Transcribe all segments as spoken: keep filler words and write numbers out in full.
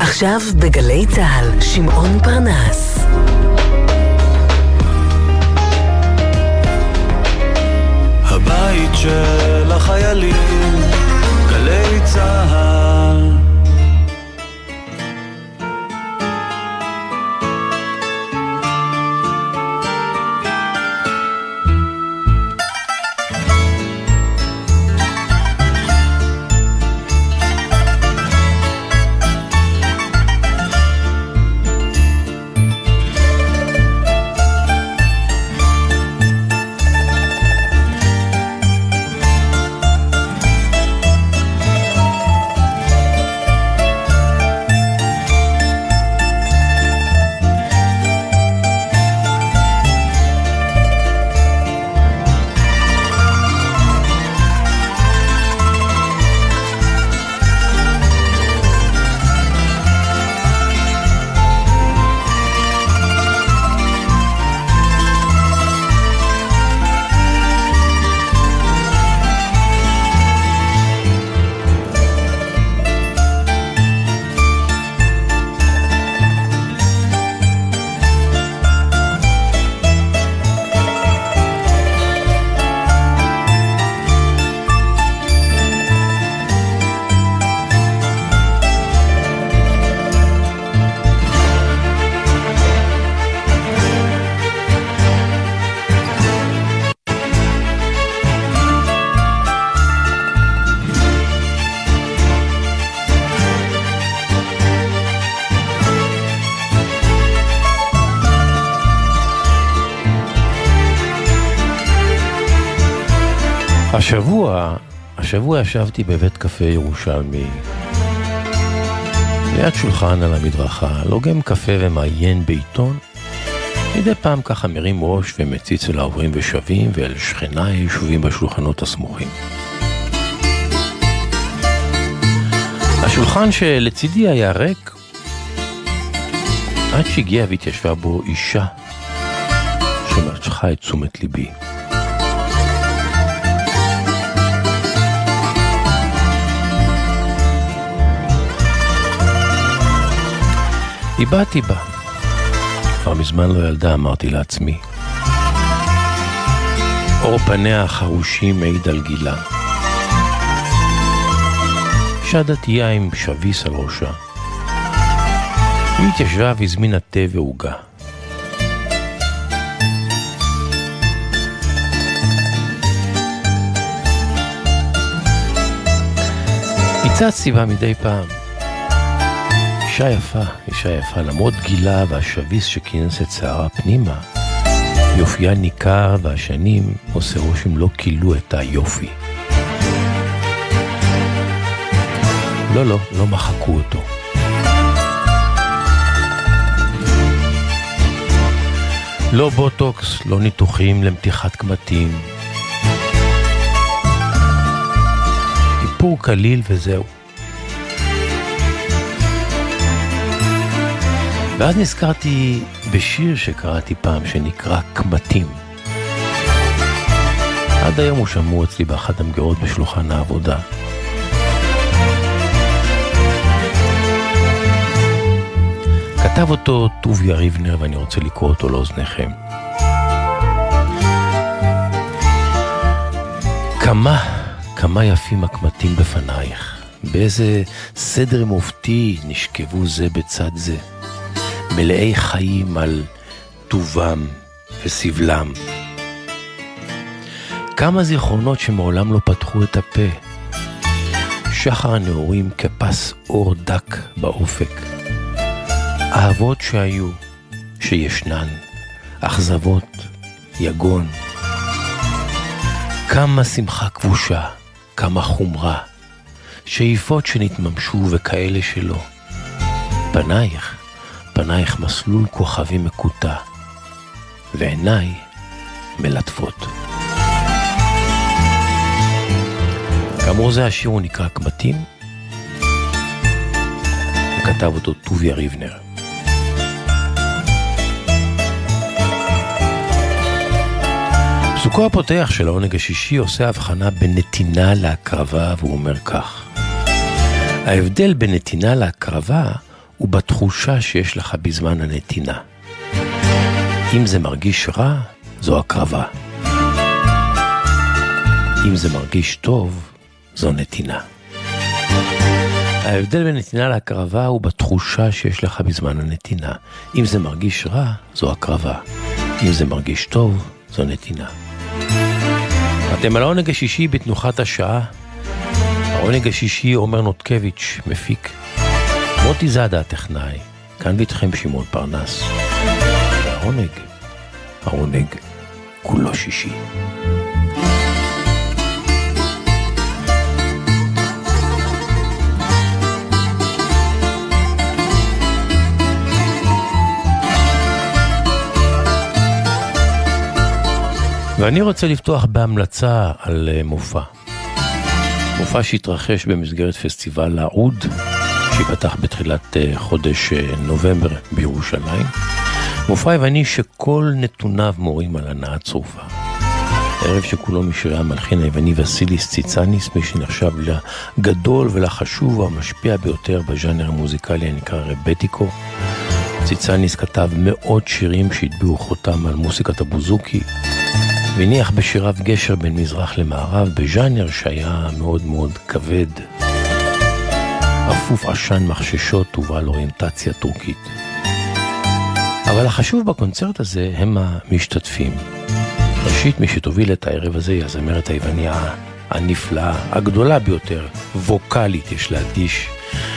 עכשיו בגלי צהל, שמעון פרנס. הבית של החיילים, גלי צהל. השבוע, השבוע ישבתי בבית קפה ירושלמי, ליד שולחן על המדרכה, לוגם קפה ומעיין בעיתון. מדי פעם ככה מרים ראש ומציץ אל העוברים ושבים ואל שכניי ישובים בשולחנות הסמוכים. השולחן שלצידי היה ריק, עד שהגיעה והתיישבה בו אישה שמשכה את תשומת ליבי. איבדתי בה. כבר מזמן לא ילדה, אמרתי לעצמי. אור פניה החרושים מעיד על גילה. אישה דתייה עם שביס על ראשה. היא התיישבה והזמינה תה ועוגה. הצצתי בה מדי פעם. אישה יפה, אישה יפה, למרות גילה והשביס שכינס את שערה פנימה, יופייה ניכר והשנים עושה רושם לא קילו את היופי. לא, לא, לא מחקו אותו. לא בוטוקס, לא ניתוחים למתיחת קמטים. איפור קליל וזהו. ואז נזכרתי בשיר שקראתי פעם שנקרא קמטים. עד היום הוא שמור אצלי באחת המגירות בשולחן העבודה. כתב אותו טוביה ריבנר ואני רוצה לקרוא אותו לאוזניכם. כמה, כמה יפים הקמטים בפנייך, באיזה סדר מופתי נשכבו זה בצד זה. מלאי חיים על טובם וסבלם. כמה זיכרונות שמעולם לא פתחו את הפה. שחר הנעורים כפס אור דק באופק. אהבות שהיו, שישנן, אכזבות, יגון. כמה שמחה כבושה, כמה חומרה. שאיפות שנתממשו וכאלה שלא. פנייך, פנייך מסלול כוכבי מקוטע, ועיניי מלטפות. כאמור זה השיר, הוא נקרא קמטים, וכתב אותו טוביה ריבנר. פסוקו הפותח של העונג השישי עושה הבחנה בין נתינה להקרבה, והוא אומר כך: ההבדל בין נתינה להקרבה ובתחושה שיש לך בזמן הנתינה. אם זה מרגיש רע, זו הקרבה. אם זה מרגיש טוב, זו נתינה. ההבדל בין נתינה להקרבה הוא בתחושה שיש לך בזמן הנתינה. אם זה מרגיש רע, זו הקרבה. אם זה מרגיש טוב, זו נתינה. אתם על העונג השישי בתנוחת השעה. העונג השישי עומר נוטקביץ' מפיק. מוטי זאדה הטכנאי. כאן ואיתכם שמעון פרנס. והעונג, העונג כולו שישי. ואני רוצה לפתוח בהמלצה על מופע. מופע שהתרחש במסגרת פסטיבל העוד, שפתח בתחילת חודש נובמבר בירושלים. מופע יווני שכל נתוניו מורים על הנאה צרופה. ערב שכולו משירי המלחין היווני וסיליס ציצאניס, מי שנחשב לגדול ולחשוב והמשפיע ביותר בז'אנר המוזיקלי הנקרא רבטיקו. ציצאניס כתב מאות שירים שהטביעו חותם על מוסיקת הבוזוקי, והניח בשיריו גשר בין מזרח למערב בז'אנר שהיה מאוד מאוד כבד, אפוף עשן מחששות ובעל אוריינטציה טורקית. אבל החשוב בקונצרט הזה הם המשתתפים. ראשית, מי שתוביל את הערב הזה היא הזמרת היווניה הנפלאה, הגדולה ביותר, ווקלית יש להדגיש,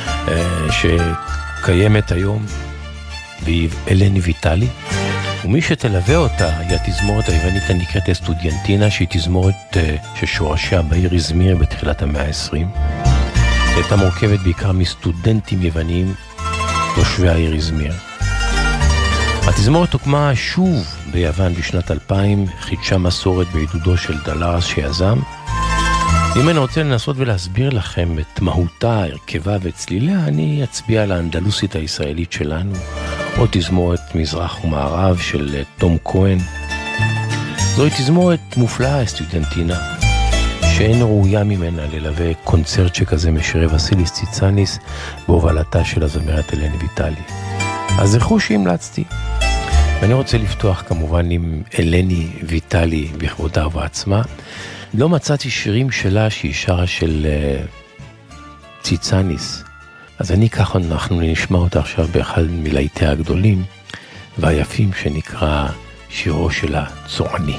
שקיימת היום, והיא אלני ויטלי. ומי שתלווה אותה היא התזמורת היוונית הנקראת אסטודיאנטינה, שהיא תזמורת ששורשיה בעיר איזמיר בתחילת המאה ה-עשרים. הייתה מורכבת בעיקר מסטודנטים יווניים תושבי העיר איזמיר. התזמורת הוקמה שוב ביוון בשנת אלפיים, חידשה מסורת בעידודו של דלרס שיזם. אם אני רוצה לנסות ולהסביר לכם את מהותה, הרכבה וצליליה, אני אצביע על האנדלוסית הישראלית שלנו, או תזמורת מזרח ומערב של תום כהן. זוהי תזמורת מופלאה, סטודנטינה, שאין ראויה ממנה ללווה קונצרט שכזה משירי וסיליס ציצאניס בהובלתה של הזמרת אלני ויטלי. אז זכרו שהמלצתי. ואני רוצה לפתוח כמובן עם אלני ויטלי בכבודה ובעצמה. לא מצאתי שירים שלה שהיא שרה של uh, ציצאניס. אז אני ככה, אנחנו נשמע אותה עכשיו באחד מלהיטיה הגדולים והיפים שנקרא שירו של הצועני.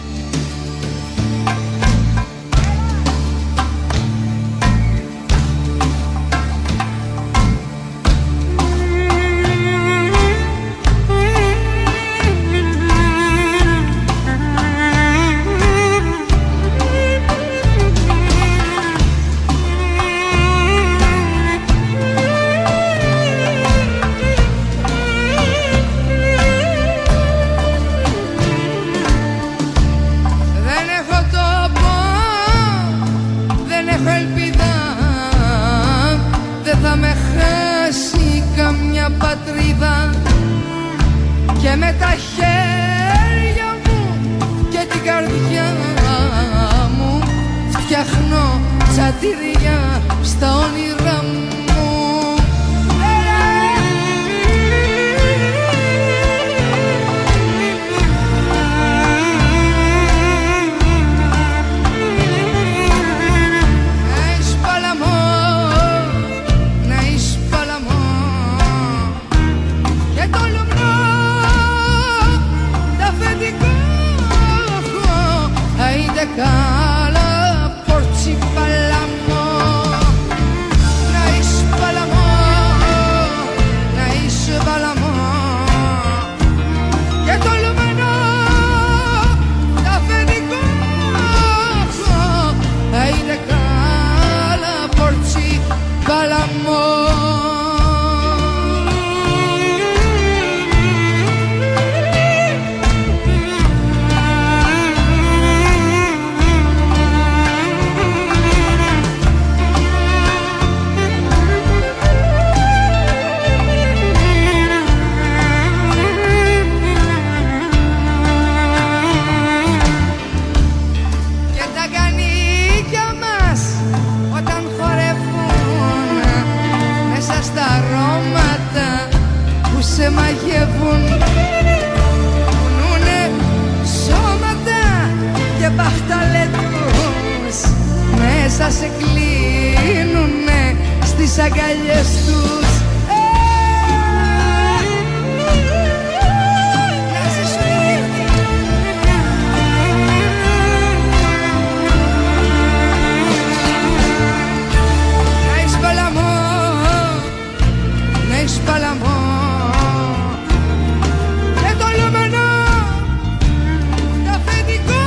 Cala por chipalamo σε μαγεύουν, κουνούνε σώματα και μπαχταλέτους, μέσα σε κλείνουνε στις αγκαλιές τους. Παλαμό και το λούμενο το αφεντικό,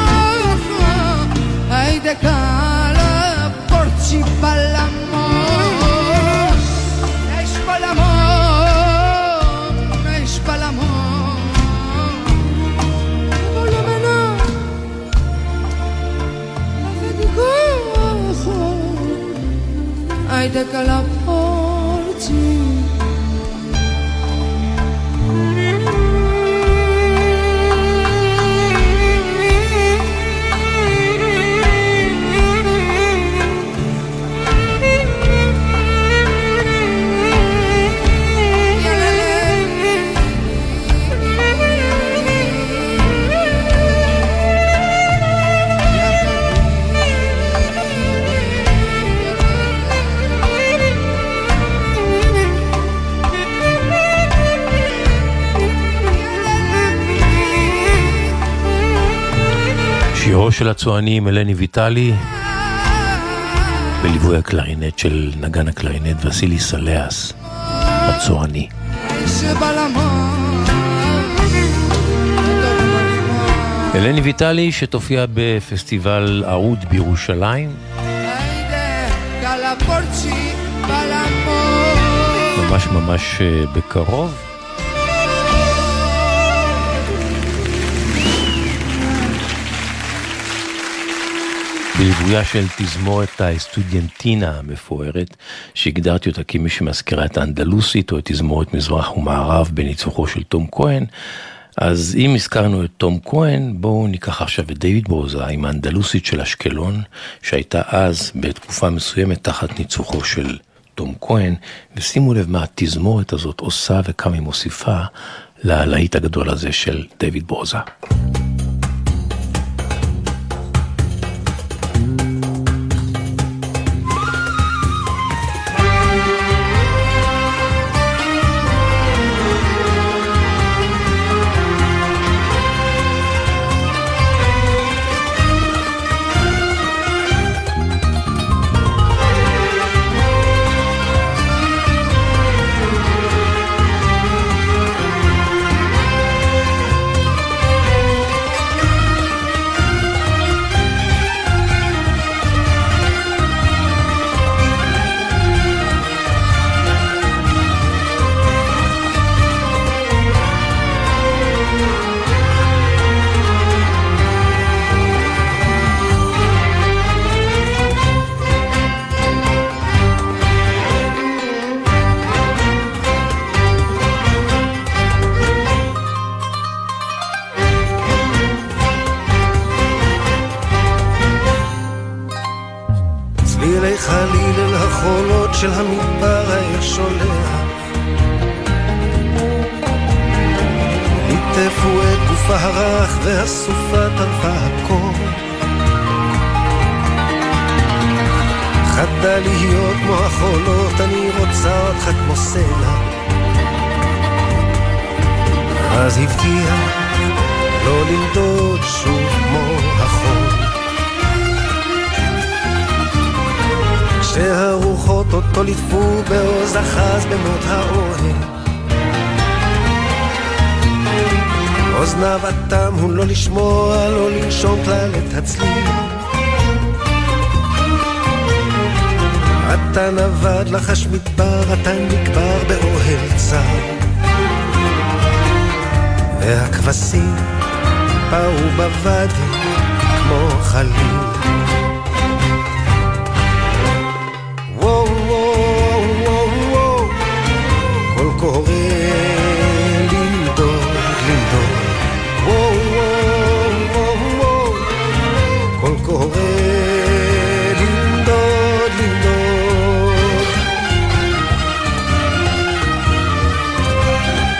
άιντε καλά πόρτσι παλαμό, να είσαι παλαμό, να είσαι παλαμό και το λούμενο το αφεντικό, άιντε καλά πόρτσι. שירו של הצוענים אלני ויטלי בליווי הקלרינט של נגן הקלרינט וסילי סלאס הצועני. אלני ויטלי שתופיע בפסטיבל ערוד בירושלים ממש ממש בקרוב. בליוויה של תזמורת האסטודיינטינה המפוארת, שהגדרתי אותה כמי שמזכירה את האנדלוסית או את תזמורת מזרח ומערב בניצוחו של תום כהן. אז אם הזכרנו את תום כהן, בואו ניקח עכשיו את דיוויד ברוזה עם האנדלוסית של אשקלון, שהייתה אז בתקופה מסוימת תחת ניצוחו של תום כהן, ושימו לב מה התזמורת הזאת עושה וכמה היא מוסיפה ללהיט הגדול הזה של דיוויד ברוזה. של המדבר העיר שולח ליטפו את גופה הרך והסופה טרפה הכל חדה להיות כמו החולות אני רוצה אותך כמו סלע אז הבטיח לא לנדוד שוב כמו החול כשהרוחות אותו ליטפו בעוז אחז במות האוהל אוזניו אטם הוא לא לשמוע לא לנשום כלל את הצליל אתה נבד לחש מדבר אתה נקבר באוהל צר והכבשים באו בוואדי כמו חליל קורא לנדוד, לנדוד וואו וואו וואו וואו קול קורא לנדוד, לנדוד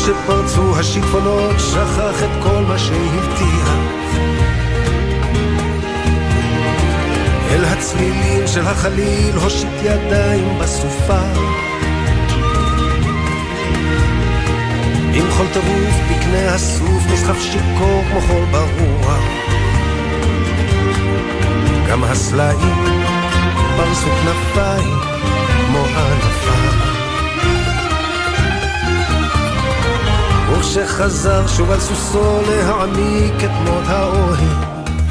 וכשפרצו השיטפונות שכח את כל מה שהבטיח, אל הצלילים של החליל הושיט ידיים בסופה, עם חול טרוף בקנה הסוף נסחף שיקור כמו חול ברוח, גם הסלעים פרסו כנפיים כמו ענפה. וכשחזר שוב על סוסו להעמיק את מות האוהל,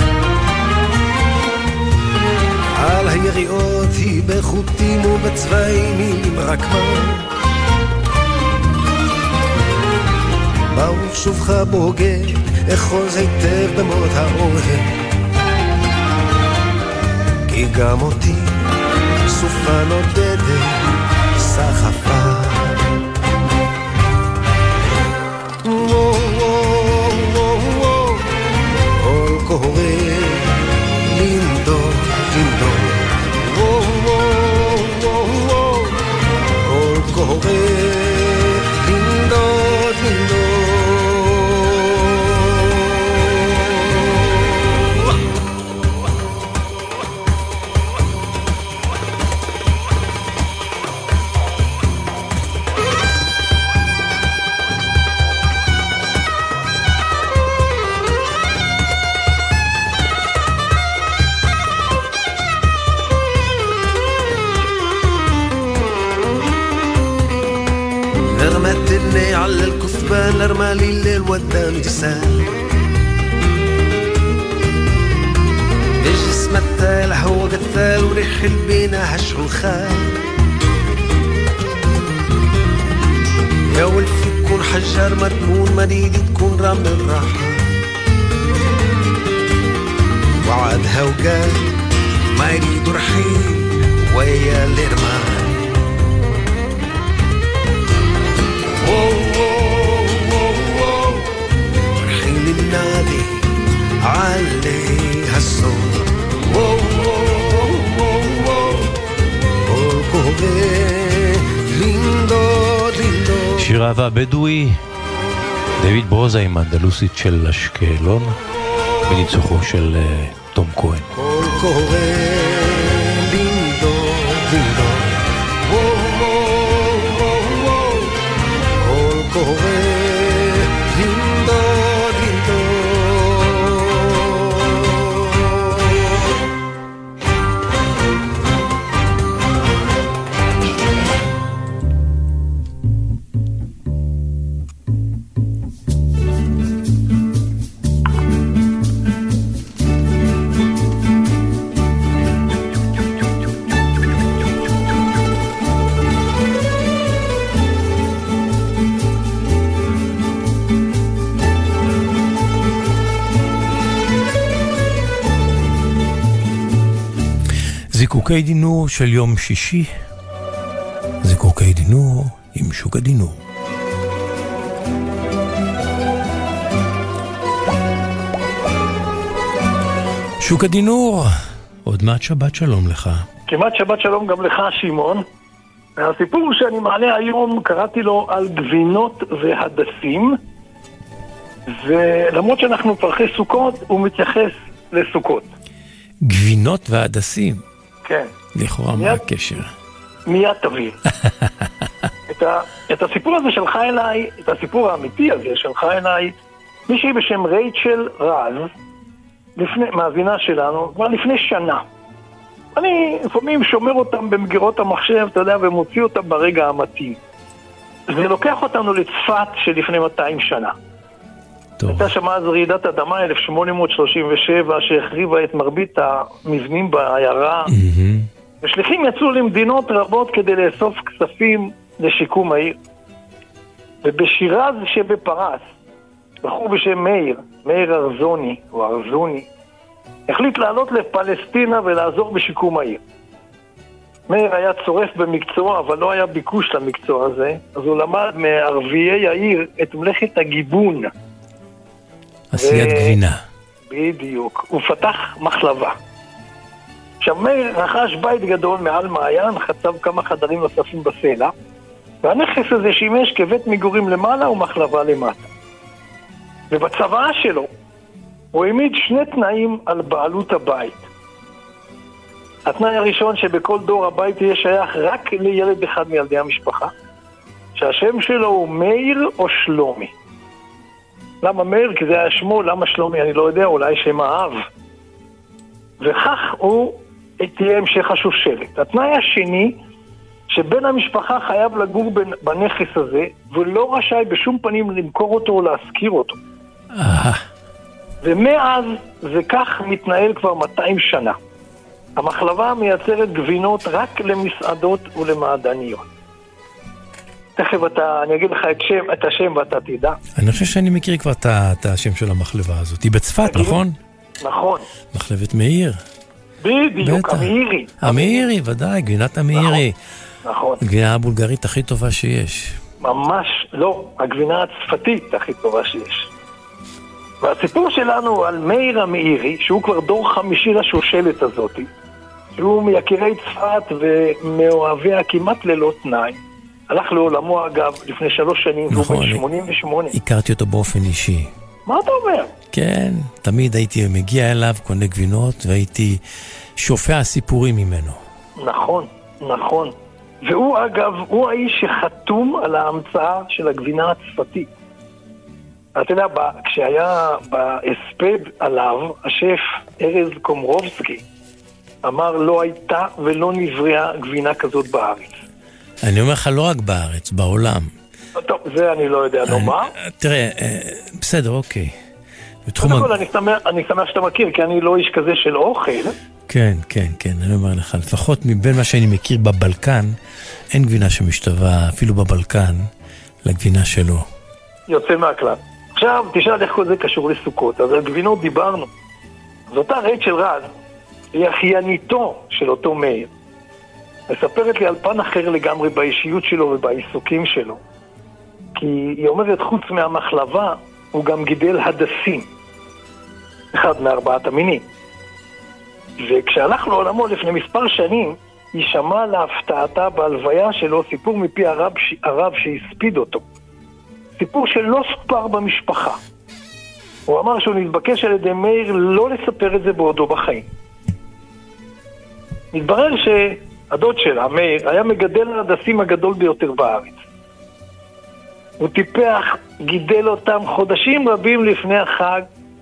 על היריעות היא בחוטים ובצבעים עם רקמה, ברוך שובך בוגד, אחוז היטב במות האוהל, כי גם אותי סופה נודדת סחפה. וואו וואו וואו וואו, כל קורא לינדור לינדור, וואו וואו וואו וואו, כל קורא לינדור לינדור. رمتني على الكثبان ارمالي الليل وداني جسال الجسم التال هو قتال وريح البينا هشعل خال يا ولفي تكون حجار مدمون مريدي تكون رمل الراحة وعدها وقال ما يريد رحيل ويا الارمان. وو وو وو وو رحيل النادي عليها الصوت. وو وو وو وو כל קורא לינדו לינדו. שיר אהבה בדואי, דוד ברוזה עם האנדלוסית של אשקלון בניצוחו של uh, תום כהן. כל קורא לינדו לינדו. קורא לינדו לינדו. זיקוקי דינור של יום שישי, זיקוקי דינור עם שוק הדינור. שוק הדינור, עוד מעט שבת שלום לך. כמעט שבת שלום גם לך שמעון. הסיפור שאני מעלה היום קראתי לו על גבינות והדסים, ולמרות שאנחנו פרחי סוכות הוא מתייחס לסוכות. גבינות והדסים? כן. לכאורה מה הקשר? מיד תביא. את, ה, את הסיפור הזה שלך אליי, את הסיפור האמיתי הזה שלך אליי, מישהי בשם רייצ'ל רז, לפני, מאזינה שלנו, כבר לפני שנה. אני לפעמים שומר אותם במגירות המחשב, אתה יודע, ומוציא אותם ברגע המתאים. זה לוקח אותנו לצפת שלפני מאתיים שנה. טוב. הייתה שמה אז רעידת אדמה אלף שמונה מאות שלושים ושבע שהחריבה את מרבית המבנים בעיירה. Mm-hmm. ושליחים יצאו למדינות רבות כדי לאסוף כספים לשיקום העיר. ובשירז שבפרס, בחור בשם מאיר, מאיר ארזוני, או ארזוני, החליט לעלות לפלסטינה ולעזור בשיקום העיר. מאיר היה צורף במקצוע, אבל לא היה ביקוש למקצוע הזה, אז הוא למד מערביי העיר את מלאכת הגיבון. עשיית ו... גבינה. בדיוק. הוא פתח מחלבה. עכשיו מאיר רכש בית גדול מעל מעיין, חצב כמה חדרים נוספים בסלע, והנכס הזה שימש כבית מגורים למעלה ומחלבה למטה. ובצוואה שלו הוא העמיד שני תנאים על בעלות הבית. התנאי הראשון שבכל דור הבית יהיה שייך רק לילד אחד מילדי המשפחה, שהשם שלו הוא מאיר או שלומי. למה מאיר? כי זה היה שמו, למה שלומי? אני לא יודע, אולי שם האב. וכך הוא תהיה המשך השושלת. התנאי השני, שבן המשפחה חייב לגור בנכס הזה, ולא רשאי בשום פנים למכור אותו או להשכיר אותו. ומאז זה כך מתנהל כבר מאתיים שנה. המחלבה מייצרת גבינות רק למסעדות ולמעדניות. תכף אתה, אני אגיד לך את, שם, את השם ואתה תדע. אני חושב שאני מכיר כבר את, את השם של המחלבה הזאת. היא בצפת, תגיד, נכון? נכון. מחלבת מאיר. בדיוק, המאירי. המאירי, ודאי, גבינת המאירי. נכון, נכון. הגבינה הבולגרית הכי טובה שיש. ממש לא, הגבינה הצפתית הכי טובה שיש. והסיפור שלנו על מאיר המאירי, שהוא כבר דור חמישי לשושלת הזאת, שהוא מיקירי צפת ומאוהביה כמעט ללא תנאי, הלך לעולמו אגב לפני שלוש שנים, נכון, והוא בן שמונים ושמונה. הכרתי אותו באופן אישי. מה אתה אומר? כן, תמיד הייתי מגיע אליו, קונה גבינות, והייתי שופע סיפורים ממנו. נכון, נכון. והוא אגב, הוא האיש שחתום על ההמצאה של הגבינה הצפתית. אתה יודע, כשהיה בהספד עליו, השף ארז קומרובסקי אמר לא הייתה ולא נבראה גבינה כזאת בארץ. אני אומר לך לא רק בארץ, בעולם. טוב, זה אני לא יודע, נו מה? תראה, בסדר, אוקיי. קודם כל, אני שמח שאתה מכיר, כי אני לא איש כזה של אוכל. כן, כן, כן, אני אומר לך, לפחות מבין מה שאני מכיר בבלקן, אין גבינה שמשתווה, אפילו בבלקן, לגבינה שלו. יוצא מהכלל. עכשיו, תשאל איך כל זה קשור לסוכות. אז על גבינות דיברנו. אז אותה רייצ'ל רז, היא אחייניתו של אותו מאיר. מספרת לי על פן אחר לגמרי באישיות שלו ובעיסוקים שלו. כי היא אומרת, חוץ מהמחלבה, הוא גם גידל הדסים. אחד מארבעת המינים. וכשהלך לעולמו לפני מספר שנים, היא שמעה להפתעתה בהלוויה שלו סיפור מפי הרב, הרב שהספיד אותו. סיפור שלא סופר במשפחה. הוא אמר שהוא נתבקש על ידי מאיר לא לספר את זה בעודו בחיים. מתברר שהדוד שלה, מאיר, היה מגדל הדסים הגדול ביותר בארץ. הוא טיפח, גידל אותם חודשים רבים לפני החג,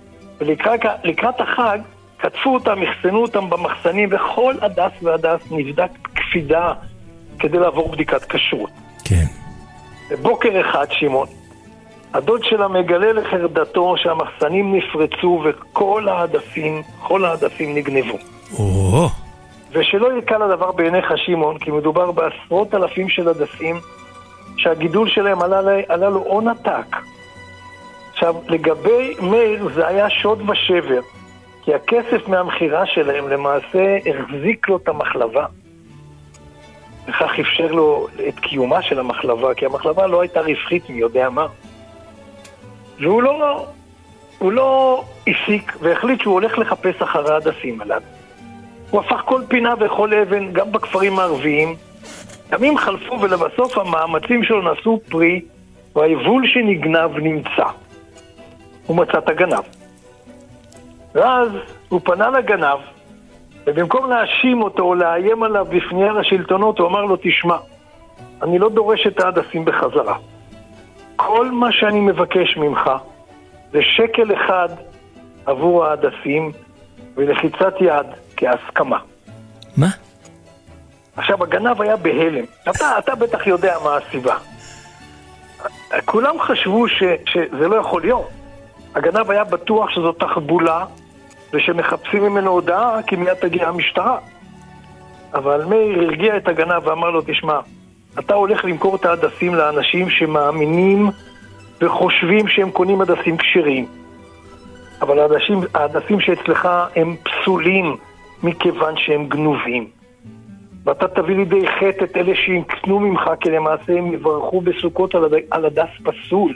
ולקראת החג קטפו אותם, החסנו אותם במחסנים, וכל הדס והדס נבדק בקפידה כדי לעבור בדיקת כשרות. כן. בבוקר אחד, שמעון, הדוד שלה מגלה לחרדתו שהמחסנים נפרצו וכל ההדסים, כל ההדסים נגנבו. או. ושלא יקל הדבר בעיניך, שמעון, כי מדובר בעשרות אלפים של הדסים, שהגידול שלהם עלה, עלה לו עון עתק. עכשיו, לגבי מאיר זה היה שוד ושבר, כי הכסף מהמחירה שלהם למעשה החזיק לו את המחלבה. וכך אפשר לו את קיומה של המחלבה, כי המחלבה לא הייתה רווחית מי יודע מה. והוא לא, הוא לא הסיק והחליט שהוא הולך לחפש אחרי הדסים עליו. הוא הפך כל פינה וכל אבן, גם בכפרים הערביים. ימים חלפו ולבסוף המאמצים שלו נשאו פרי, והיבול שנגנב נמצא. הוא מצא את הגנב. ואז הוא פנה לגנב, ובמקום להאשים אותו או לאיים עליו בפני השלטונות, הוא אמר לו, תשמע, אני לא דורש את ההדסים בחזרה. כל מה שאני מבקש ממך זה שקל אחד עבור ההדסים ולחיצת יד כהסכמה. מה? עכשיו, הגנב היה בהלם. אתה, אתה בטח יודע מה הסיבה. כולם חשבו ש, שזה לא יכול להיות. הגנב היה בטוח שזו תחבולה ושמחפשים ממנו הודעה כי מיד תגיע המשטרה. אבל מאיר הרגיע את הגנב ואמר לו, תשמע, אתה הולך למכור את ההדסים לאנשים שמאמינים וחושבים שהם קונים הדסים כשרים. אבל ההדסים, ההדסים שאצלך הם פסולים מכיוון שהם גנובים. ואתה תביא לידי חטא את אלה שיקנו ממך, כי למעשה הם יברכו בסוכות על, הד... על הדס פסול.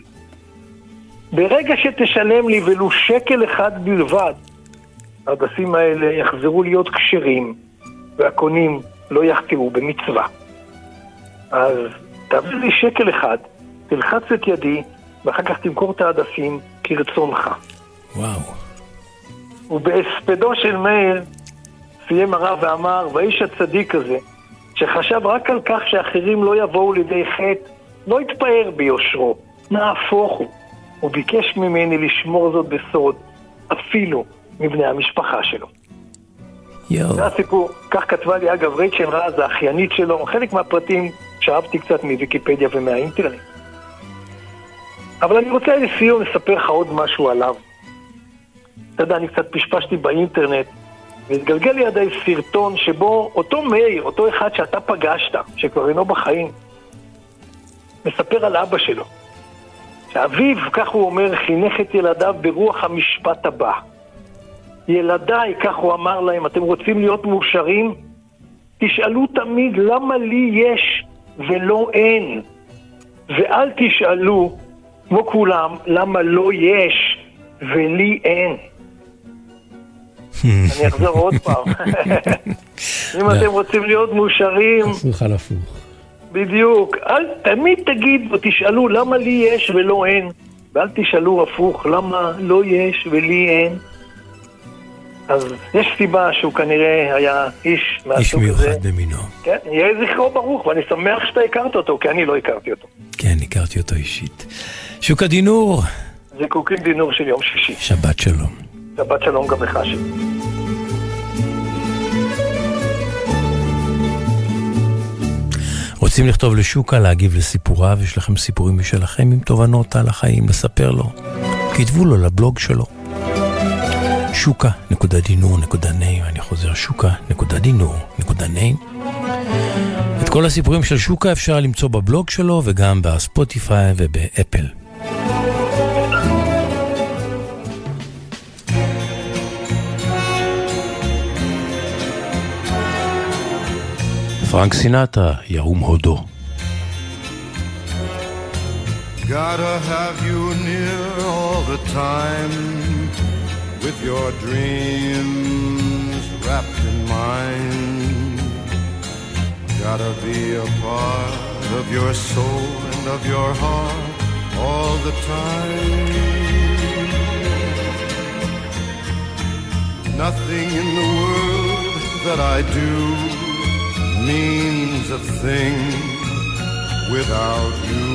ברגע שתשלם לי ולו שקל אחד בלבד, ההדסים האלה יחזרו להיות כשרים, והקונים לא יחטאו במצווה. אז תעביר לי שקל אחד, תלחץ את ידי, ואחר כך תמכור את העדפים כרצונך. וואו. ובהספדו של מאיר סיים הרב ואמר, והאיש הצדיק הזה, שחשב רק על כך שאחרים לא יבואו לידי חטא, לא התפאר ביושרו, נהפוך הוא. הוא ביקש ממני לשמור זאת בסוד, אפילו מבני המשפחה שלו. יו. זה הסיפור, כך כתבה לי אגב רייצ'ל רז, האחיינית שלו, חלק מהפרטים שאהבתי קצת מוויקיפדיה ומהאינטרנט. אבל אני רוצה לסיום לספר לך עוד משהו עליו. אתה יודע, אני קצת פשפשתי באינטרנט, והתגלגל לידי סרטון שבו אותו מאיר, אותו אחד שאתה פגשת, שכבר אינו בחיים, מספר על אבא שלו. שאביו, כך הוא אומר, חינך את ילדיו ברוח המשפט הבא. ילדיי, כך הוא אמר להם, אתם רוצים להיות מאושרים? תשאלו תמיד למה לי יש ולא אין. ואל תשאלו, כמו כולם, למה לא יש ולי אין. אני אחזור עוד פעם. אם אתם רוצים להיות מאושרים, הפוך על הפוך. בדיוק. אל תמיד תגיד ותשאלו למה לי יש ולא אין. ואל תשאלו הפוך, למה לא יש ולי אין. אז יש סיבה שהוא כנראה היה איש מהסוג הזה. איש מיוחד במינו. כן, יהיה זכרו ברוך, ואני שמח שאתה הכרת אותו, כי אני לא הכרתי אותו. כן, הכרתי אותו אישית. שוקה דינור. זיקוקים דינור של יום שישי. שבת שלום. שבת שלום גם לך שלי. רוצים לכתוב לשוקה, להגיב לסיפוריו, יש לכם סיפורים משלכם עם תובנות על החיים, לספר לו. כתבו לו לבלוג שלו. שוקה נקודה דינור נקודה ניי, אני חוזר, שוקה נקודה דינור נקודה ניי. את כל הסיפורים של שוקה אפשר למצוא בבלוג שלו וגם בספוטיפיי ובאפל. פרנק סינטרה, ירום הודו. Gotta have you near all the time, with your dreams wrapped in mine. Gotta be a part of your soul and of your heart all the time. Nothing in the world that I do means a thing without you.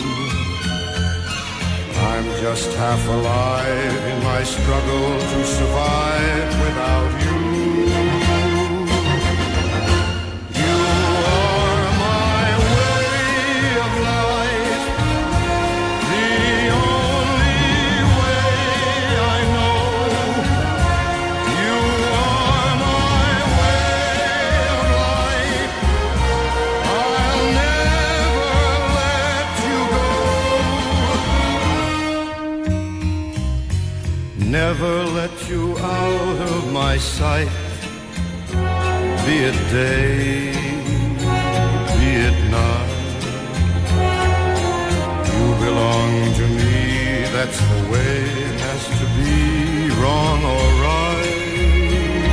I'm just half alive in my struggle to survive without you. You are my way of life, the only way I know. You are my way of life, I'll never let you go. Never let you out of my sight, be it day, be it night. You belong to me, that's the way it has to be, wrong or right.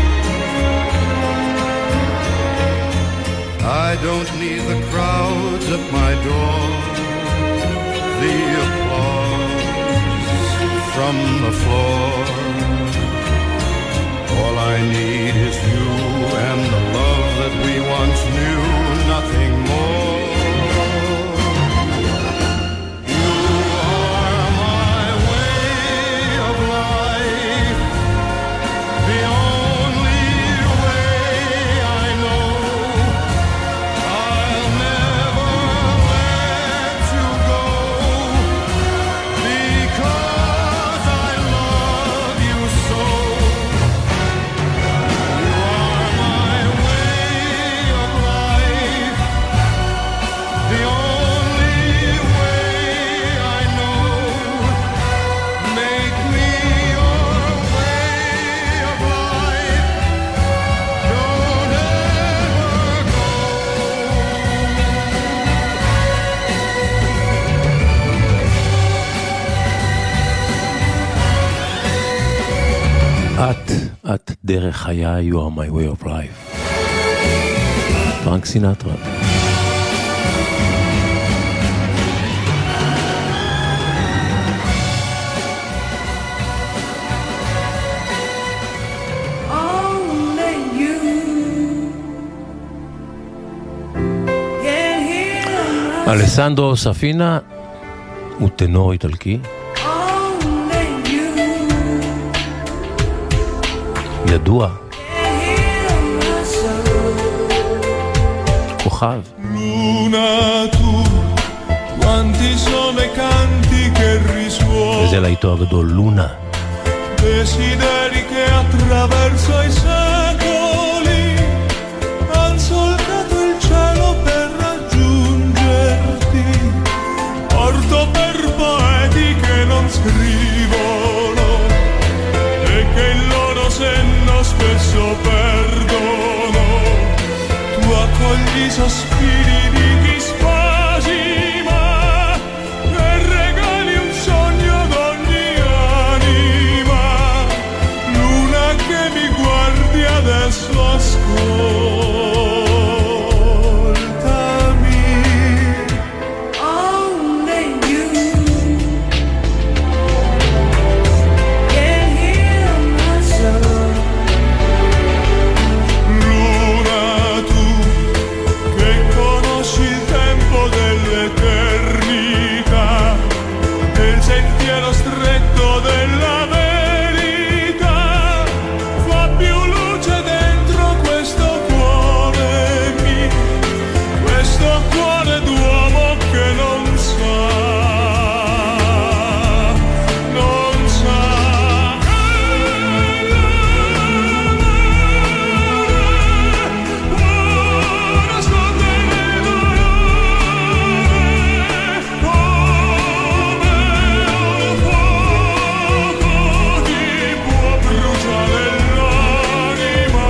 I don't need the crowds at my door, the applause from the floor. All I need is you and the love that we once knew, nothing more. You are my way of life, the only way I know. I'll never let you go, because I love you so. You are my way of life, the only way I know. Make me your way of life, don't ever go. את, את דרך חיי, you are my way of life. פרנק סינטרה. אלסנדרו ספינה הוא טנור איטלקי. ידוע. כוכב. וזה לאיתו הגדול, לונה. Desideri che attraverso i secoli han solcato il cielo per raggiungerti. Porto per poeti che non scrivono e che il loro senno spesso perdono. Tu accogli i sospiri di chi spasima e regali un sogno d'ogni anima. Luna che mi guardi adesso, ascoltami. Only you can heal my soul. Luna, tu che conosci il tempo dell'eternità, del sentiero stretto della verità, fa più luce dentro questo cuore mio, questo cuore d'uomo che non sa, non sa. Nascondere il dolore come un fuoco ti può bruciare l'anima.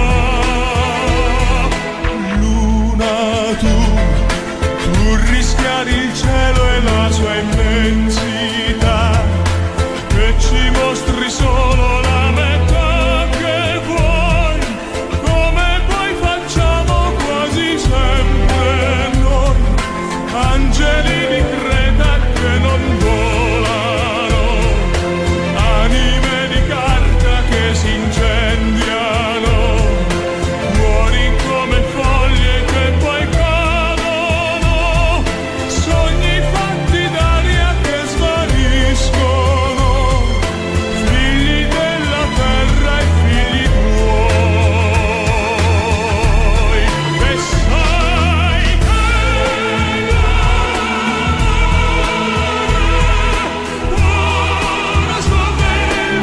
Luna, tu, tu rischiari il cielo e la sua immensità, che ci mostri solo la metà che vuoi, come poi facciamo quasi sempre noi, angeli di creta che non volano, anime di carta che si incendiano, cuori come foglie che poi cadono, sogni fatti d'aria che svaniscono, figli della terra e figli tuoi, e sai che ora nascondere il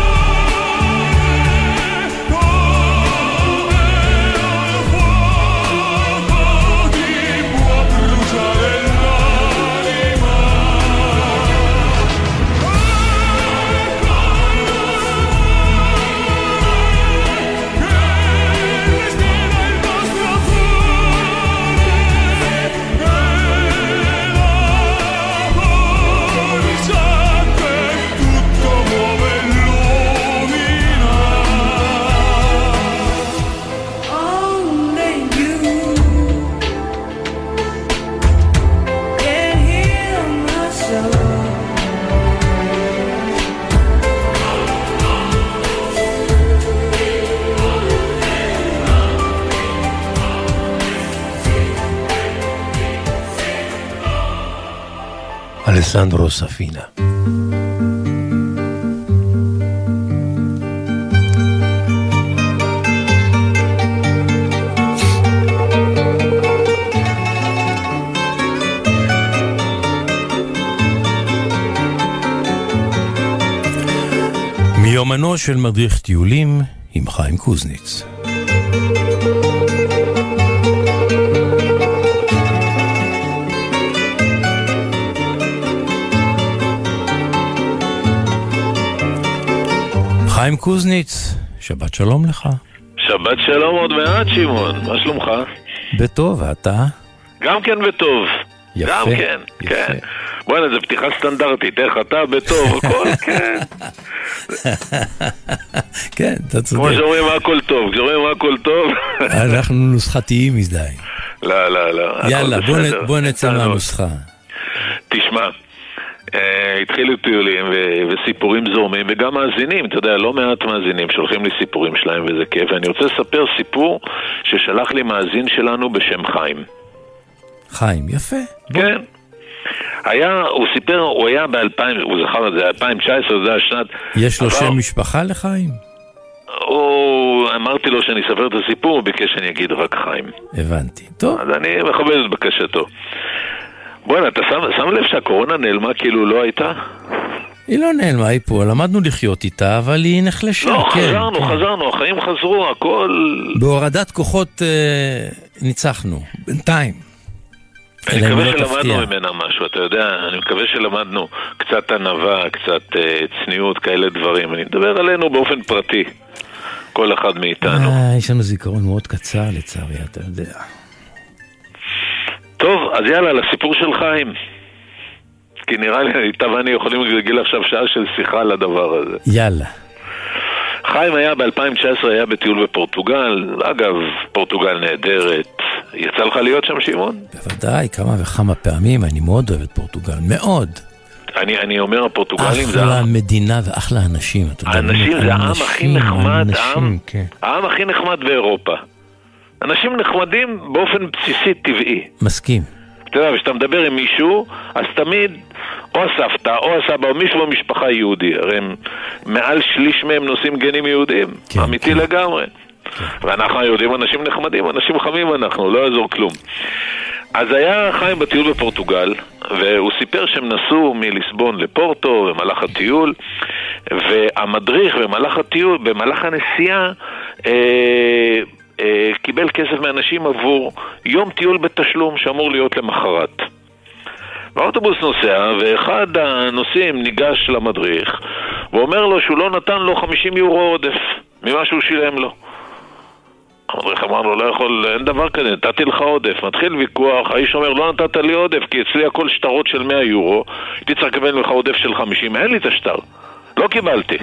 dolore come un fuoco ti può bruciare l'anima. Che respira il nostro cuore e la forza che tutto muove e illumina. Only you can heal my soul. אלסנדרו ספינה. מיומנו של מדריך טיולים עם חיים קוזניץ. חיים קוזניץ, שבת שלום לך. שבת שלום עוד מעט, שמעון. מה שלומך? בטוב, ואתה? גם כן בטוב. יפה, גם כן, יפה. כן. בוא'נה, זו פתיחה סטנדרטית, איך אתה בטוב, הכל, כן. כן, אתה צודק. כמו שאומרים הכל טוב, כשאומרים הכל טוב. אנחנו נוסחתיים מדי. לא, לא, לא. יאללה, בוא נצא מהנוסחה. תשמע, התחילו טיולים וסיפורים זורמים, וגם מאזינים, אתה יודע, לא מעט מאזינים שולחים לי סיפורים שלהם וזה כיף, ואני רוצה לספר סיפור ששלח לי מאזין שלנו בשם חיים. חיים, יפה. כן. היה, הוא סיפר, הוא היה ב-אלפיים, הוא זכר את זה, אלפיים תשע עשרה, זה השנת... יש לו שם משפחה לחיים? הוא, אמרתי לו שאני אספר את הסיפור, הוא ביקש שאני אגיד רק חיים. הבנתי, טוב. אז אני מכבד את בקשתו. בוא'נה, אתה שם, שם לב שהקורונה נעלמה כאילו לא הייתה? היא לא נעלמה, היא פה, למדנו לחיות איתה, אבל היא נחלשה. לא, כן, חזרנו, כן. חזרנו, החיים חזרו, הכל... בהורדת כוחות אה, ניצחנו, בינתיים. אני אלא אם מקווה לא שלמדנו תפתיע. ממנה משהו, אתה יודע, אני מקווה שלמדנו קצת ענווה, קצת אה, צניעות, כאלה דברים. אני מדבר עלינו באופן פרטי, כל אחד מאיתנו. אה, יש לנו זיכרון מאוד קצר לצערי, אתה יודע. טוב, אז יאללה, לסיפור של חיים. כי נראה לי, איתה ואני יכולים להגיד עכשיו שעה של שיחה על הדבר הזה. יאללה. חיים היה ב-אלפיים תשע עשרה, היה בטיול בפורטוגל. אגב, פורטוגל נהדרת. יצא לך להיות שם, שמעון? בוודאי, כמה וכמה פעמים, אני מאוד אוהב את פורטוגל, מאוד. אני, אני אומר, הפורטוגלים זה... אחלה מדינה ואחלה אנשים. האנשים זה העם הכי נחמד, העם, כן. העם הכי נחמד באירופה. אנשים נחמדים באופן בסיסי טבעי. מסכים. אתה יודע, כשאתה מדבר עם מישהו, אז תמיד או הסבתא או הסבא או מישהו במשפחה יהודי. הרי הם, מעל שליש מהם נושאים גנים יהודים. כן, אמיתי כן. לגמרי. כן. ואנחנו היהודים אנשים נחמדים, אנשים חמים אנחנו, לא יעזור כלום. אז היה חיים בטיול בפורטוגל, והוא סיפר שהם נסעו מליסבון לפורטו במהלך הטיול, והמדריך במהלך הטיול, במהלך הנסיעה, אה, אה, קיבל כסף מאנשים עבור יום טיול בתשלום שאמור להיות למחרת. והאוטובוס נוסע, ואחד הנוסעים ניגש למדריך, ואומר לו שהוא לא נתן לו חמישים יורו עודף ממה שהוא שילם לו. המדריך אמר לו, לא יכול, אין דבר כזה, נתתי לך עודף. מתחיל ויכוח, האיש אומר, לא נתת לי עודף, כי אצלי הכל שטרות של מאה יורו, הייתי צריך לקבל לך עודף של חמישים, אין לי את השטר, לא קיבלתי.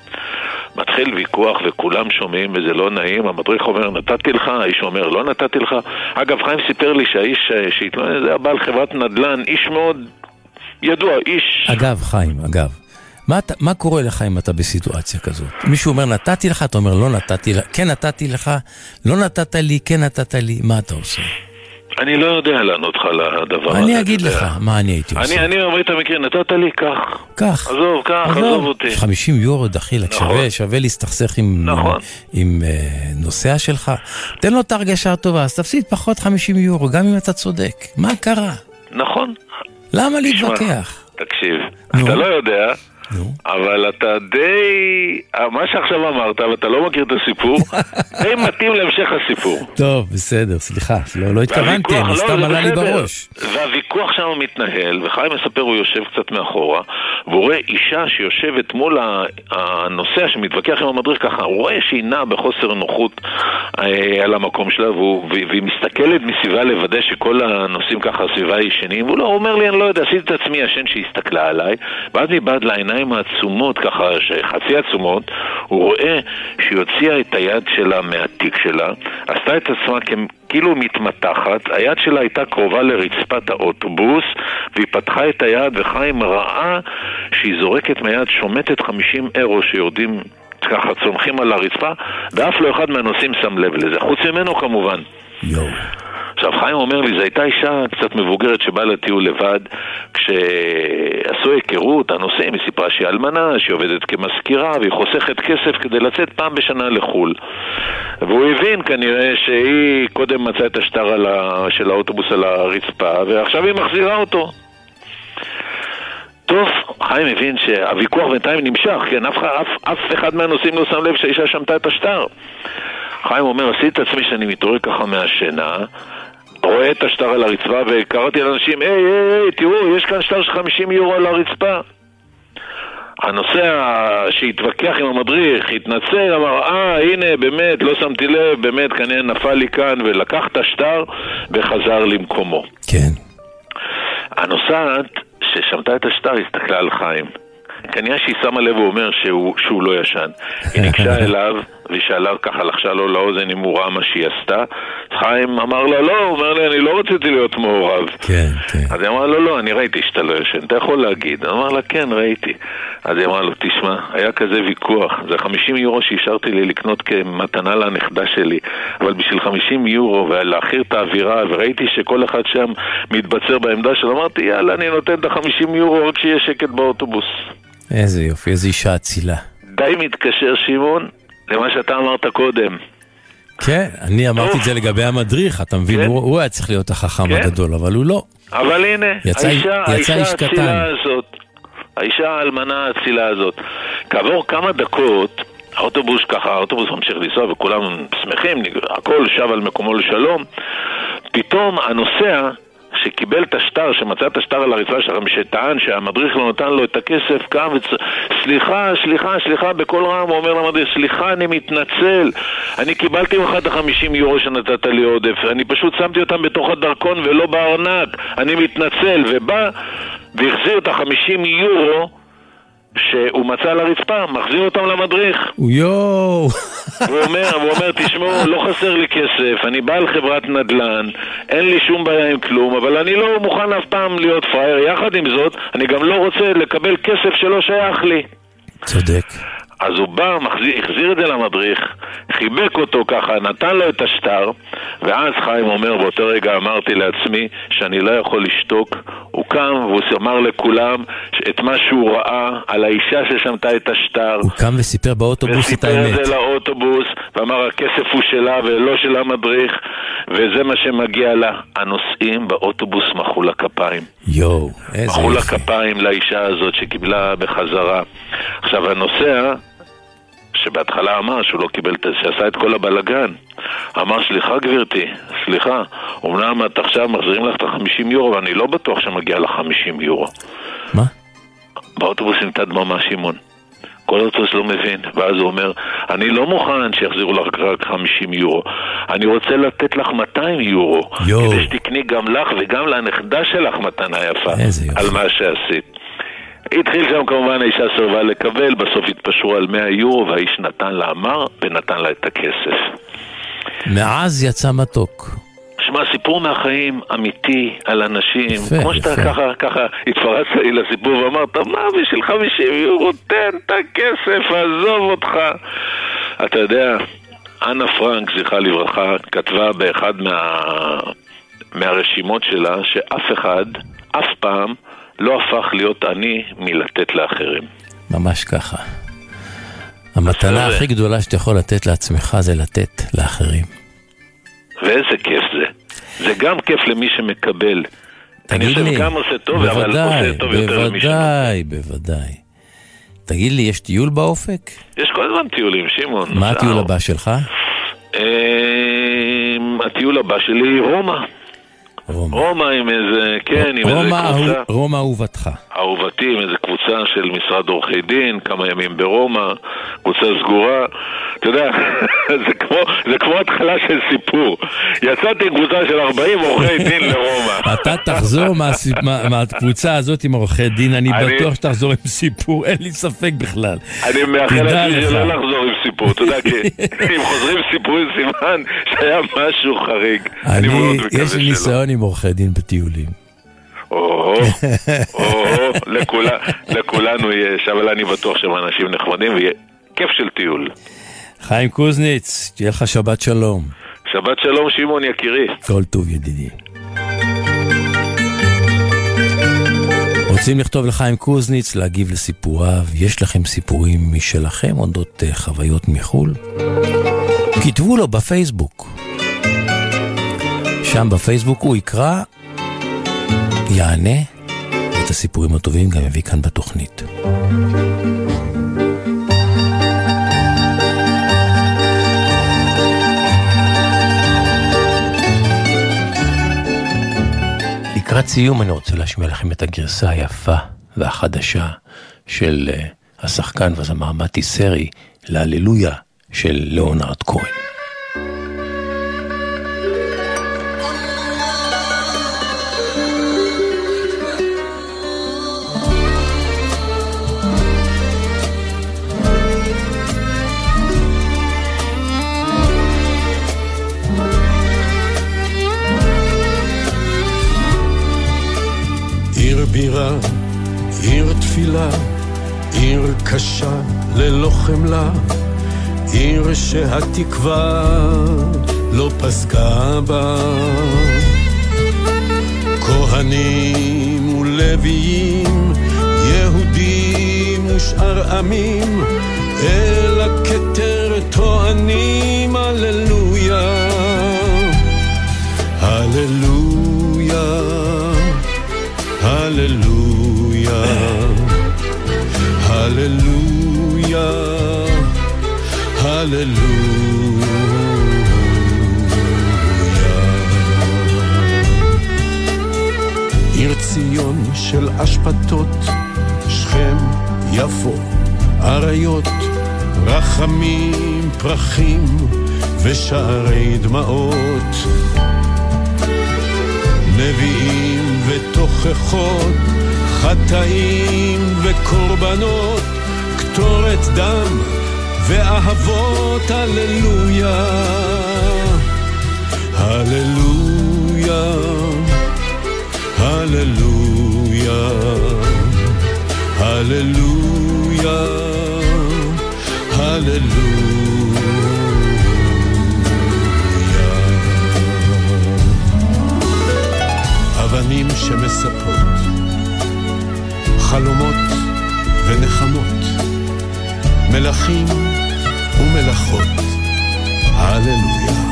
מתחיל ויכוח וכולם שומעים וזה לא נעים, המדריך אומר, נתתי לך, האיש אומר, לא נתתי לך. אגב, חיים סיפר לי שהאיש שהתלונן, זה הבעל חברת נדל"ן, איש מאוד ידוע, איש... אגב, חיים, אגב. מה, מה קורה לך אם אתה בסיטואציה כזאת? מישהו אומר נתתי לך, אתה אומר לא נתתי לך, כן נתתי לך, לא נתת לי, כן נתת לי, מה אתה עושה? אני לא יודע לענות לך לדבר הזה. אני אגיד לך מה אני הייתי עושה. אני אומר את המקרה, נתת לי כך. כך. עזוב, כך, עזוב אותי. חמישים יורו דחילק, שווה, שווה להסתכסך עם נוסע שלך. תן לו את הרגשה הטובה, אז תפסיד פחות חמישים יורו, גם אם אתה צודק. מה קרה? נכון. למה להתווכח? תקשיב, אתה לא יודע... נו. אבל אתה די... מה שעכשיו אמרת, ואתה לא מכיר את הסיפור, די מתאים להמשך הסיפור. טוב, בסדר, סליחה, לא, לא התכוונתי, אני סתם עלה לי בראש. והוויכוח שם מתנהל, וחיים מספר, הוא יושב קצת מאחורה, והוא רואה אישה שיושבת מול הנוסע שמתווכח עם המדריך ככה, הוא רואה שהיא נעה בחוסר נוחות על המקום שלה, והיא מסתכלת מסביבה לוודא שכל הנוסעים ככה סביבה ישנים, והוא לא אומר לי, אני לא יודע, עשיתי את עצמי ישן שהסתכלה עליי, ואז מבעד לעיניים העצומות, ככה חצי עצומות, הוא רואה שהיא הוציאה את היד שלה מהתיק שלה, עשתה את עצמה כאילו מתמתחת, היד שלה הייתה קרובה לרצפת האוטובוס, והיא פתחה את היד, וחיים ראה שהיא זורקת מהיד, שומטת חמישים אירו שיורדים ככה, צומחים על הרצפה, ואף לא אחד מהנוסעים שם לב לזה, חוץ ממנו כמובן. יואו. עכשיו חיים אומר לי, זו הייתה אישה קצת מבוגרת שבאה לטיול לבד, כשעשו היכרות, הנושאים, היא סיפרה שהיא אלמנה, שהיא עובדת כמזכירה, והיא חוסכת כסף כדי לצאת פעם בשנה לחול. והוא הבין כנראה שהיא קודם מצאה את השטר על ה... של האוטובוס על הרצפה, ועכשיו היא מחזירה אותו. טוב, חיים הבין שהוויכוח בינתיים נמשך, כן, אף, אף, אף אחד מהנושאים לא שם לב שהאישה שמתה את השטר. חיים אומר, עשיתי את עצמי שאני מתעורר ככה מהשינה, רואה את השטר על הרצפה, וקראתי לאנשים, היי, היי, היי, תראו, יש כאן שטר של חמישים יורו על הרצפה. הנוסע שהתווכח עם המדריך, התנצל, אמר, אה, הנה, באמת, לא שמתי לב, באמת, כנראה נפל לי כאן, ולקח את השטר וחזר למקומו. כן. הנוסעת ששמתה את השטר הסתכלה על חיים. כנראה שהיא שמה לב ואומר שהוא, שהוא לא ישן. היא ניגשה אליו והיא שאלה ככה, לחשה לו לאוזן אם הוא ראה מה שהיא עשתה. חיים אמר לה, לא, הוא אומר לי, אני לא רציתי להיות מעורב. כן, כן. אז היא אמרה לו, לא, אני ראיתי שאתה לא ישן, אתה יכול להגיד. הוא אמר לה, כן, ראיתי. אז היא אמרה לו, תשמע, היה כזה ויכוח, זה חמישים יורו שהשארתי לי לקנות כמתנה לנכדה שלי, אבל בשביל חמישים יורו ולהכיר את האווירה, וראיתי שכל אחד שם מתבצר בעמדה שלו, אמרתי, יאללה, אני נותן את החמישים יורו רק שיהיה שקט באוטובוס. איזה יופי, איזה אישה אצילה. די מתקשר, שמעון, למה שאתה אמרת קודם. כן, אני אמרתי את זה לגבי המדריך, אתה מבין, הוא היה צריך להיות החכם הגדול, אבל הוא לא. אבל הנה, האישה האצילה הזאת, האישה האלמנה האצילה הזאת, כעבור כמה דקות, האוטובוס ככה, האוטובוס ממשיך לנסוע וכולם שמחים, הכל שב על מקומו לשלום, פתאום הנוסע שקיבל את השטר, שמצא את השטר על הרצפה שלכם, שטען שהמדריך לא נתן לו את הכסף, קם וצ... סליחה, סליחה, סליחה, בכל רם הוא אומר למדריך, סליחה, אני מתנצל, אני קיבלתי ממך את החמישים יורו שנתת לי עודף, אני פשוט שמתי אותם בתוך הדרכון ולא בארנק, אני מתנצל, ובא והחזיר את החמישים יורו שהוא מצא על הרצפה, מחזיר אותם למדריך. יואו. הוא אומר, הוא אומר, תשמעו, לא חסר לי כסף, אני בעל חברת נדל"ן, אין לי שום בעיה עם כלום, אבל אני לא מוכן אף פעם להיות פראייר. יחד עם זאת, אני גם לא רוצה לקבל כסף שלא שייך לי. צודק. אז הוא בא, מחזיר, החזיר את זה למדריך, חיבק אותו ככה, נתן לו את השטר, ואז חיים אומר, באותו רגע אמרתי לעצמי שאני לא יכול לשתוק. הוא קם והוא אמר לכולם את מה שהוא ראה על האישה ששמתה את השטר. הוא קם וסיפר באוטובוס את האמת. וסיפר את זה לאוטובוס, ואמר הכסף הוא שלה ולא של המדריך, וזה מה שמגיע לה. הנוסעים באוטובוס מחאו לה כפיים. יואו, איזה יופי. מחאו לה כפיים לאישה הזאת שקיבלה בחזרה. עכשיו הנוסע, שבהתחלה אמר שהוא לא קיבל את זה, שעשה את כל הבלגן, אמר, סליחה גברתי, סליחה, אומנם את עכשיו מחזירים לך את ה-חמישים יורו, ואני לא בטוח שמגיע ל-חמישים יורו. מה? באוטובוס נמתה דממה, שמעון. כל האוטובוס לא מבין, ואז הוא אומר, אני לא מוכן שיחזירו לך רק חמישים יורו, אני רוצה לתת לך מאתיים יורו, יו. כדי שתקני גם לך וגם לנכדה שלך מתנה יפה, על מה שעשית. התחיל שם כמובן, האישה סרבה לקבל, בסוף התפשרו על מאה יורו, והאיש נתן לה אמר ונתן לה את הכסף. מאז יצא מתוק. שמע, סיפור מהחיים אמיתי על אנשים, יפה, כמו שאתה יפה. ככה, ככה התפרצת לי לסיפור ואמרת, מה בשביל חמישים יורו, תן את הכסף, עזוב אותך. אתה יודע, אנה פרנק, זכרה לברכה, כתבה באחד מה... מהרשימות שלה, שאף אחד, אף פעם, לא הפך להיות עני מלתת לאחרים. ממש ככה. המתנה הכי גדולה שאתה יכול לתת לעצמך זה לתת לאחרים. ואיזה כיף זה. זה גם כיף למי שמקבל. תגיד לי, גם עושה טוב, אבל עושה טוב יותר למי שמקבל. בוודאי, בוודאי. תגיד לי, יש טיול באופק? יש כל הזמן טיולים, שמעון. מה הטיול הבא שלך? הטיול הבא שלי רומא. רומא. רומא עם איזה, כן, עם איזה קבוצה. רומא אהובתך. אהובתי עם איזה קבוצה של משרד עורכי דין, כמה ימים ברומא, קבוצה סגורה. אתה יודע, זה כמו, זה כמו התחלה של סיפור. יצאתי עם קבוצה של ארבעים עורכי דין לרומא. אתה תחזור מהקבוצה הזאת עם עורכי דין, אני בטוח שתחזור עם סיפור, אין לי ספק בכלל. אני מאחל לעצמי שלא לחזור עם סיפור, אתה יודע, כי אם חוזרים סיפורים סימן שהיה משהו חריג. יש לי ניסיון עם עורכי דין בטיולים. או, או, לכולנו יש, אבל אני בטוח שהם אנשים נחמדים ויהיה כיף של טיול. חיים קוזניץ, תהיה לך שבת שלום. שבת שלום שמעון יקירי. כל טוב ידידי. רוצים לכתוב לחיים קוזניץ, להגיב לסיפוריו, יש לכם סיפורים משלכם, עודות חוויות מחול? כתבו לו בפייסבוק. שם בפייסבוק הוא יקרא, יענה, את הסיפורים הטובים גם הביא כאן בתוכנית. לקראת סיום אני רוצה להשמיע לכם את הגרסה היפה והחדשה של השחקן והזמר מתי סרי להללויה של ליאונרד כהן. עיר בירה, עיר תפילה, עיר קשה ללא חמלה, עיר שהתקווה לא פסקה בה. כהנים ולוויים, יהודים ושאר עמים, אל הכתר טוענים הללויה, הללויה, הללויה, הללויה, הללויה. עיר ציון של אשפתות, שכם, יפו, עריות, רחמים, פרחים ושערי דמעות, נביאים ותוכחות, חטאים וקורבנות, קטורת דם ואהבות, הללויה, הללויה, הללויה, הללויה, הללויה. אבנים שמספות, חלומות ונחמות, מלכים ומלכות, הללויה.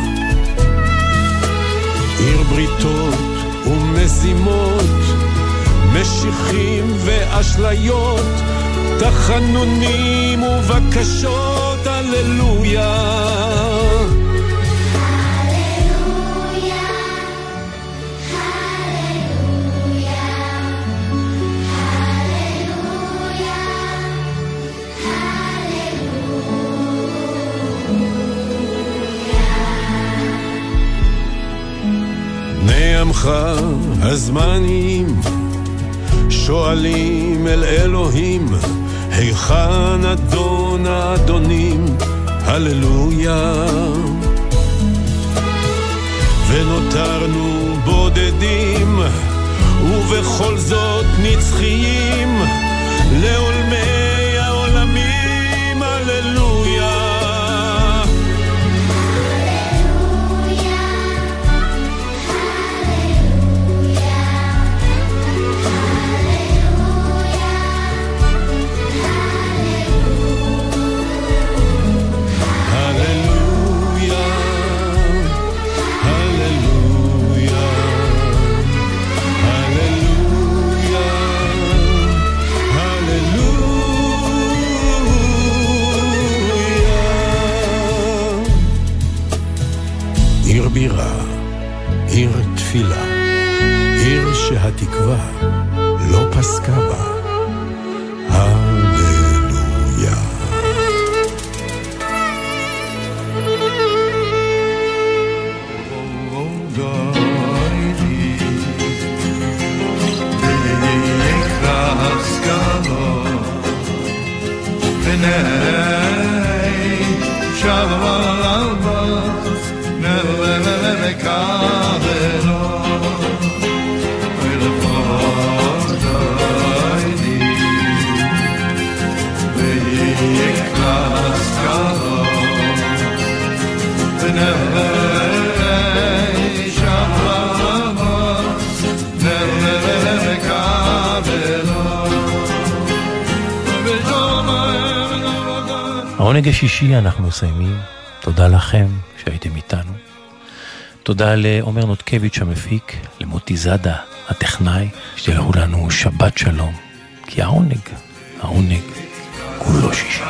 עיר בריתות ומזימות, משיחים ואשליות, תחנונים ובקשות, הללויה, עמך הזמנים שואלים אל אלוהים, היכן אדון האדונים, הללויה. ונותרנו בודדים ובכל זאת נצחיים לעולמי העולמים, הללויה, בירה, עיר תפילה, עיר שהתקווה לא פסקה בה, הללויה. העונג השישי אנחנו מסיימים. תודה לכם שהייתם איתנו. תודה לעומר נותקביץ' המפיק, למוטי זאדה הטכנאי, שתלכו לנו שבת שלום, כי העונג, העונג כולו שישי.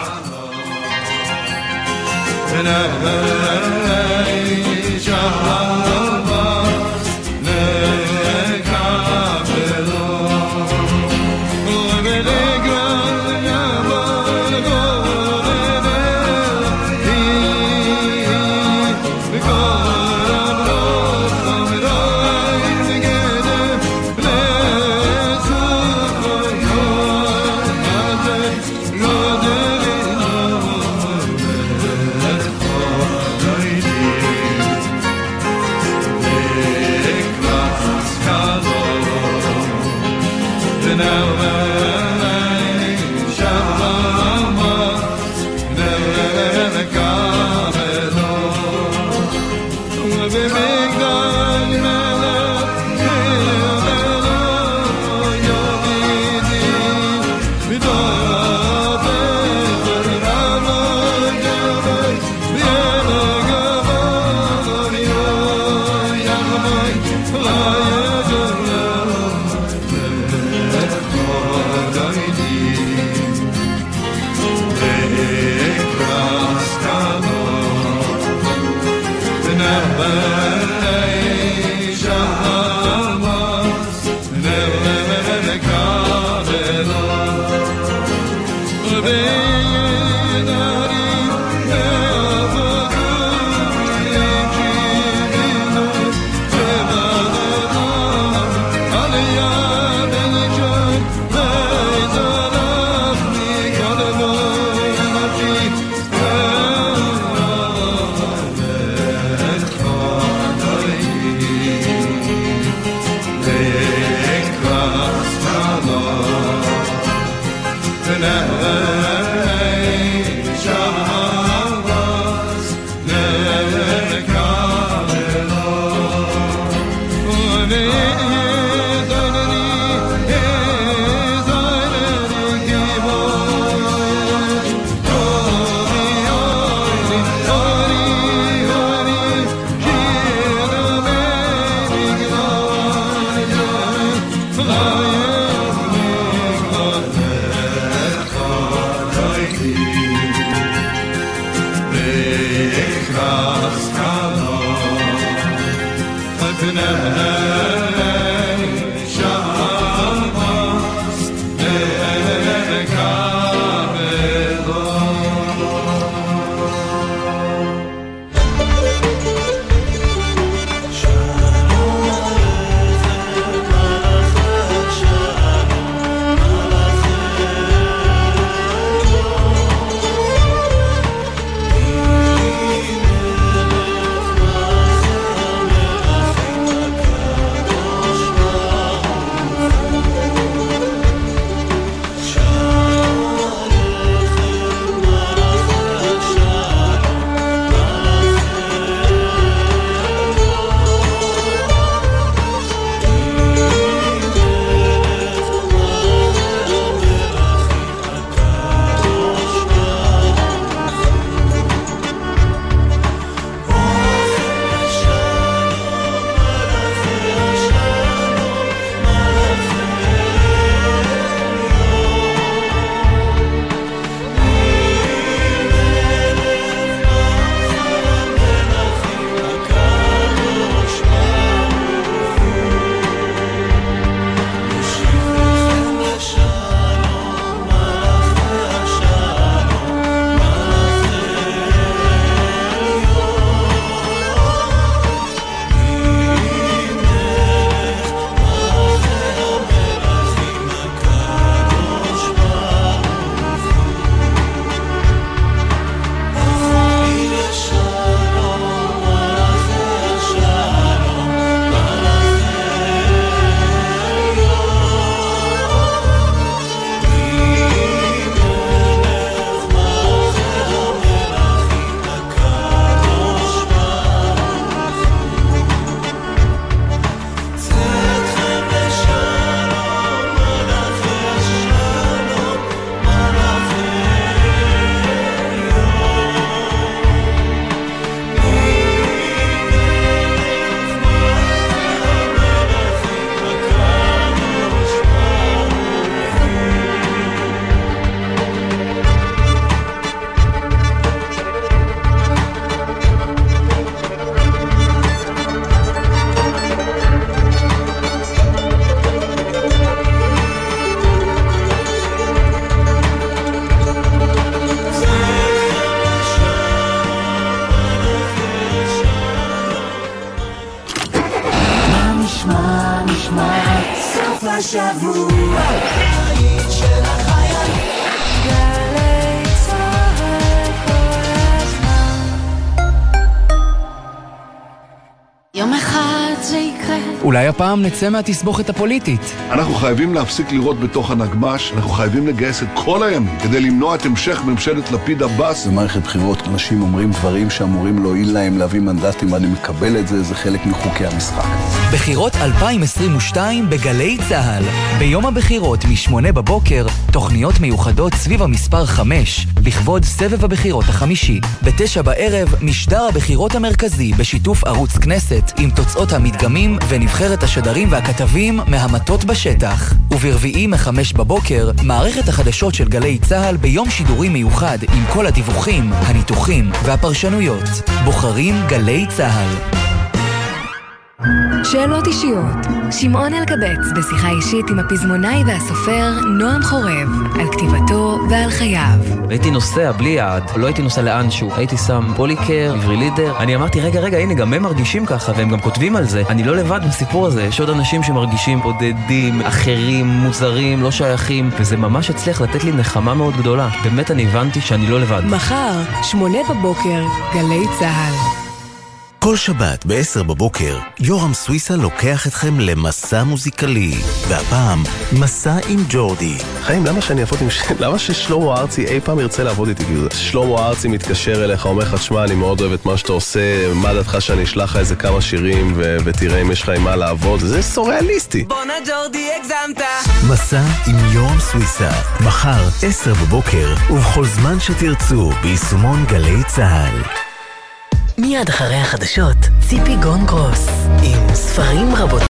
השבוע היית של החיילים גלי צהל כל הזמן יום אחד זה יקרה אולי הפעם נצא מהתסבוכת הפוליטית. אנחנו חייבים להפסיק לראות בתוך הנגמש, אנחנו חייבים לגייס את כל הימים כדי למנוע את המשך ממשלת לפיד עבאס. במערכת בחירות אנשים אומרים דברים שאמורים להועיל להם להביא מנדטים, ואני מקבל את זה, זה חלק מחוקי המשחק. בחירות אלפיים עשרים ושתיים בגלי צהל. ביום הבחירות משמונה בבוקר, תוכניות מיוחדות סביב המספר חמש, לכבוד סבב הבחירות החמישי. בתשע בערב, משדר הבחירות המרכזי בשיתוף ערוץ כנסת, עם תוצאות המדגמים ונבחרת השדרים והכתבים מהמטות בשטח. וברביעי מחמש בבוקר, מערכת החדשות של גלי צהל ביום שידורי מיוחד עם כל הדיווחים, הניתוחים והפרשנויות. בוחרים גלי צהל. שאלות אישיות. שמעון אלקבץ בשיחה אישית עם הפזמונאי והסופר נועם חורב על כתיבתו ועל חייו. הייתי נוסע בלי יעד, לא הייתי נוסע לאנשהו, הייתי שם פוליקר, עברי לידר. אני אמרתי, רגע, רגע, הנה, גם הם מרגישים ככה, והם גם כותבים על זה. אני לא לבד בסיפור הזה, יש עוד אנשים שמרגישים בודדים, אחרים, מוזרים, לא שייכים, וזה ממש הצליח לתת לי נחמה מאוד גדולה. באמת אני הבנתי שאני לא לבד. מחר, שמונה בבוקר, גלי צהל. כל שבת ב-עשר בבוקר, יורם סוויסה לוקח אתכם למסע מוזיקלי, והפעם, מסע עם ג'ורדי. חיים, למה שאני אעבוד עם... למה ששלמה ארצי אי פעם ירצה לעבוד איתי? שלמה ארצי מתקשר אליך, אומר לך, תשמע, אני מאוד אוהב את מה שאתה עושה, מה דעתך שאני אשלח לך איזה כמה שירים, ו- ותראה אם יש לך עם מה לעבוד, זה סוריאליסטי. בונה ג'ורדי, הגזמת. מסע עם יורם סוויסה, מחר, עשר בבוקר, ובכל זמן שתרצו, ביישומון גלי צהל. מיד אחרי החדשות, ציפי גונגרוס, עם ספרים רבות.